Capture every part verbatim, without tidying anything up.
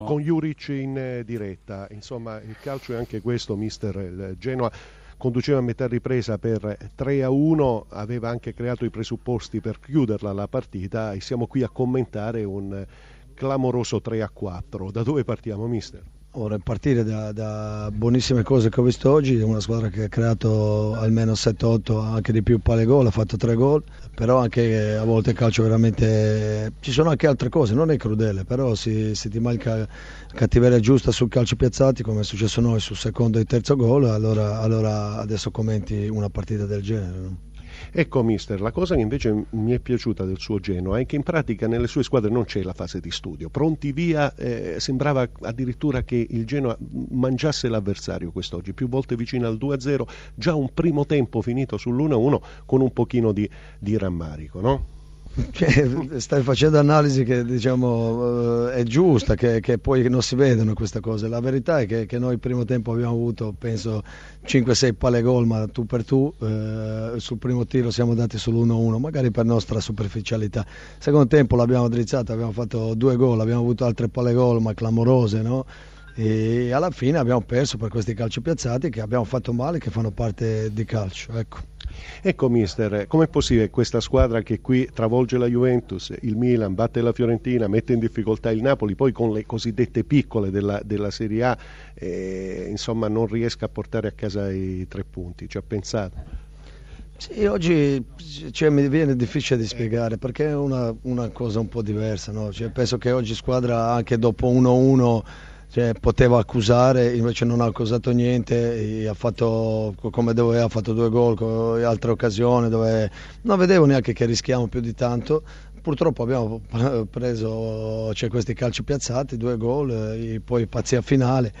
Con Juric in eh, diretta, insomma il calcio è anche questo, mister. Il Genoa conduceva a metà ripresa per tre a uno, aveva anche creato i presupposti per chiuderla la partita e siamo qui a commentare un clamoroso tre a quattro. Da dove partiamo, mister? Ora, partire da, da buonissime cose che ho visto oggi, una squadra che ha creato almeno sette otto, anche di più palle gol, ha fatto tre gol, però anche a volte il calcio veramente, ci sono anche altre cose, non è crudele, però se, se ti manca cattiveria giusta sul calcio piazzati, come è successo a noi sul secondo e terzo gol, allora, allora adesso commenti una partita del genere, no? Ecco, mister, la cosa che invece mi è piaciuta del suo Genoa è che in pratica nelle sue squadre non c'è la fase di studio. Pronti via, eh, sembrava addirittura che il Genoa mangiasse l'avversario quest'oggi, più volte vicino al due a zero, già un primo tempo finito sull'uno a uno con un pochino di, di rammarico, no? Cioè, stai facendo analisi che diciamo è giusta, che, che poi non si vedono queste cose. La verità è che, che noi il primo tempo abbiamo avuto penso cinque sei palle gol, ma tu per tu eh, sul primo tiro siamo andati sull'uno a uno, magari per nostra superficialità. Secondo tempo l'abbiamo drizzata, abbiamo fatto due gol, abbiamo avuto altre palle gol ma clamorose, no? E alla fine abbiamo perso per questi calci piazzati che abbiamo fatto male, che fanno parte di calcio, ecco. Ecco, mister, com'è possibile questa squadra che qui travolge la Juventus, il Milan, batte la Fiorentina, mette in difficoltà il Napoli, poi con le cosiddette piccole della, della Serie A eh, insomma non riesca a portare a casa i tre punti? Ci ha pensato? Sì, oggi cioè, mi viene difficile di spiegare perché è una, una cosa un po' diversa, no? Cioè, penso che oggi squadra anche dopo uno a uno cioè, poteva accusare, invece non ha accusato niente, ha fatto come doveva, ha fatto due gol con altre occasioni dove non vedevo neanche che rischiamo più di tanto. Purtroppo abbiamo preso cioè, questi calci piazzati, due gol, e poi pazzia finale.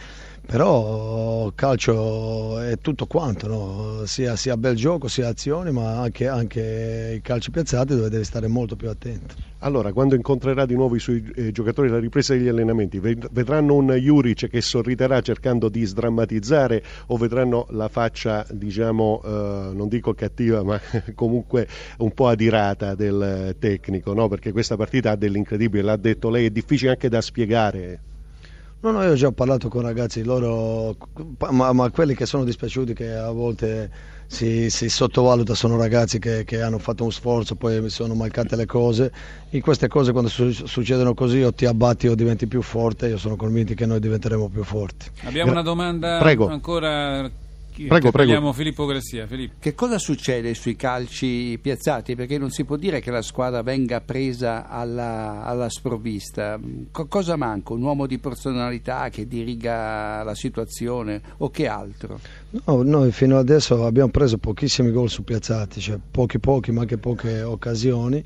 Però calcio è tutto quanto, no? sia, sia bel gioco, sia azioni, ma anche, anche i calci piazzati dove devi stare molto più attento. Allora, quando incontrerà di nuovo i suoi eh, giocatori alla ripresa degli allenamenti, vedranno un Juric che sorriderà cercando di sdrammatizzare o vedranno la faccia, diciamo, eh, non dico cattiva, ma comunque un po' adirata del tecnico, no? Perché questa partita ha dell'incredibile, l'ha detto lei, è difficile anche da spiegare. No, no, io ho già parlato con ragazzi, loro, ma, ma quelli che sono dispiaciuti che a volte si, si sottovaluta sono ragazzi che, che hanno fatto un sforzo, poi mi sono mancate le cose. In queste cose quando su, succedono così o ti abbatti o diventi più forte, io sono convinto che noi diventeremo più forti. Abbiamo una domanda Prego. ancora... Prego, prego. Filippo Grassia. Filippo. Che cosa succede sui calci piazzati? Perché non si può dire che la squadra venga presa alla, alla sprovvista. Co- cosa manca? Un uomo di personalità che diriga la situazione o che altro? No, noi fino adesso abbiamo preso pochissimi gol su piazzati, cioè pochi pochi ma anche poche occasioni.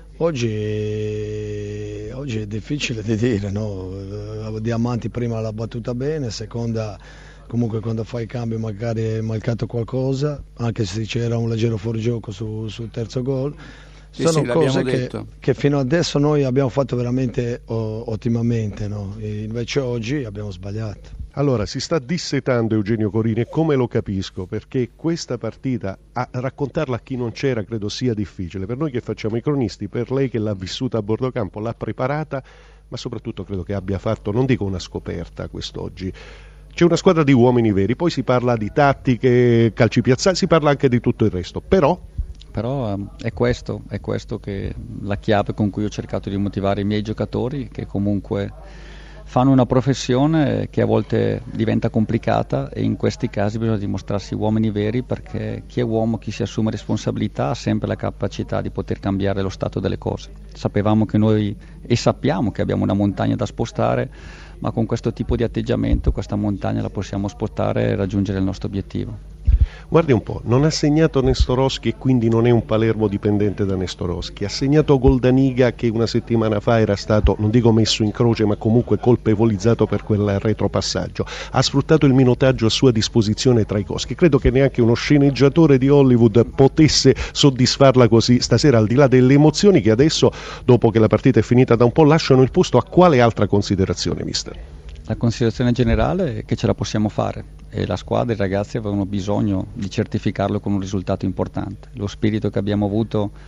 Oggi, oggi è difficile di dire, no? Diamanti prima l'ha battuta bene, seconda comunque quando fai i cambi magari è mancato qualcosa, anche se c'era un leggero fuorigioco sul su terzo gol. Sì, sono sì, cose che, detto. che fino adesso noi abbiamo fatto veramente o, ottimamente, no? E invece oggi abbiamo sbagliato. Allora, si sta dissetando Eugenio Corini e come lo capisco, perché questa partita, a raccontarla a chi non c'era credo sia difficile, per noi che facciamo i cronisti, per lei che l'ha vissuta a bordo campo, l'ha preparata, ma soprattutto credo che abbia fatto, non dico una scoperta quest'oggi. C'è una squadra di uomini veri, poi si parla di tattiche, calci piazzati, si parla anche di tutto il resto, però... Però è questo, è questo che la chiave con cui ho cercato di motivare i miei giocatori, che comunque fanno una professione che a volte diventa complicata e in questi casi bisogna dimostrarsi uomini veri, perché chi è uomo, chi si assume responsabilità ha sempre la capacità di poter cambiare lo stato delle cose. Sapevamo che noi e sappiamo che abbiamo una montagna da spostare, ma con questo tipo di atteggiamento questa montagna la possiamo spostare e raggiungere il nostro obiettivo. Guardi un po', non ha segnato Nestorowski e quindi non è un Palermo dipendente da Nestorowski, ha segnato Goldaniga che una settimana fa era stato, non dico messo in croce, ma comunque colpevolizzato per quel retropassaggio, ha sfruttato il minutaggio a sua disposizione Trajkovskij. Credo che neanche uno sceneggiatore di Hollywood potesse soddisfarla così stasera, al di là delle emozioni che adesso, dopo che la partita è finita da un po', lasciano il posto a quale altra considerazione, mister? La considerazione generale è che ce la possiamo fare e la squadra e i ragazzi avevano bisogno di certificarlo con un risultato importante. Lo spirito che abbiamo avuto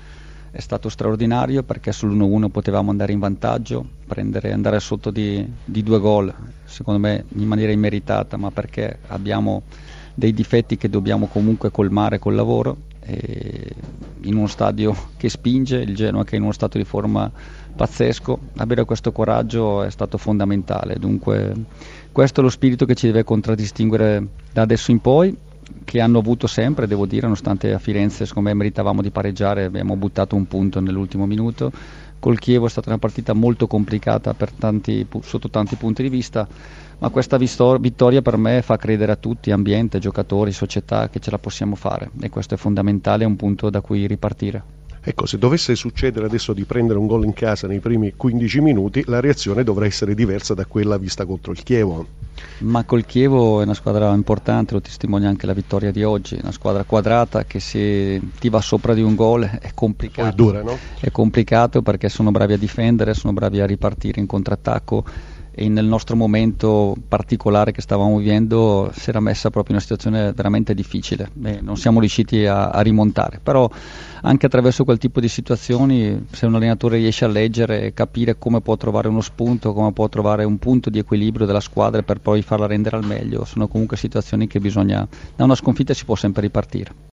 è stato straordinario perché sull'uno uno potevamo andare in vantaggio, prendere, andare sotto di, di due gol, secondo me in maniera immeritata, ma perché abbiamo dei difetti che dobbiamo comunque colmare col lavoro, e in uno stadio che spinge, il Genoa che è in uno stato di forma pazzesco, avere questo coraggio è stato fondamentale. Dunque questo è lo spirito che ci deve contraddistinguere da adesso in poi, che hanno avuto sempre, devo dire, nonostante a Firenze secondo me meritavamo di pareggiare, abbiamo buttato un punto nell'ultimo minuto. Col Chievo è stata una partita molto complicata per tanti, sotto tanti punti di vista, ma questa vittoria per me fa credere a tutti, ambiente, giocatori, società, che ce la possiamo fare, e questo è fondamentale, è un punto da cui ripartire. Ecco, se dovesse succedere adesso di prendere un gol in casa nei primi quindici minuti, la reazione dovrà essere diversa da quella vista contro il Chievo. Ma col Chievo è una squadra importante, lo testimonia anche la vittoria di oggi, una squadra quadrata che se ti va sopra di un gol è complicato. Poi è dura, no? È complicato perché sono bravi a difendere, sono bravi a ripartire in contrattacco, e nel nostro momento particolare che stavamo vivendo si era messa proprio in una situazione veramente difficile e non siamo riusciti a, a rimontare, però anche attraverso quel tipo di situazioni, se un allenatore riesce a leggere e capire come può trovare uno spunto, come può trovare un punto di equilibrio della squadra per poi farla rendere al meglio, sono comunque situazioni che bisogna, da una sconfitta si può sempre ripartire.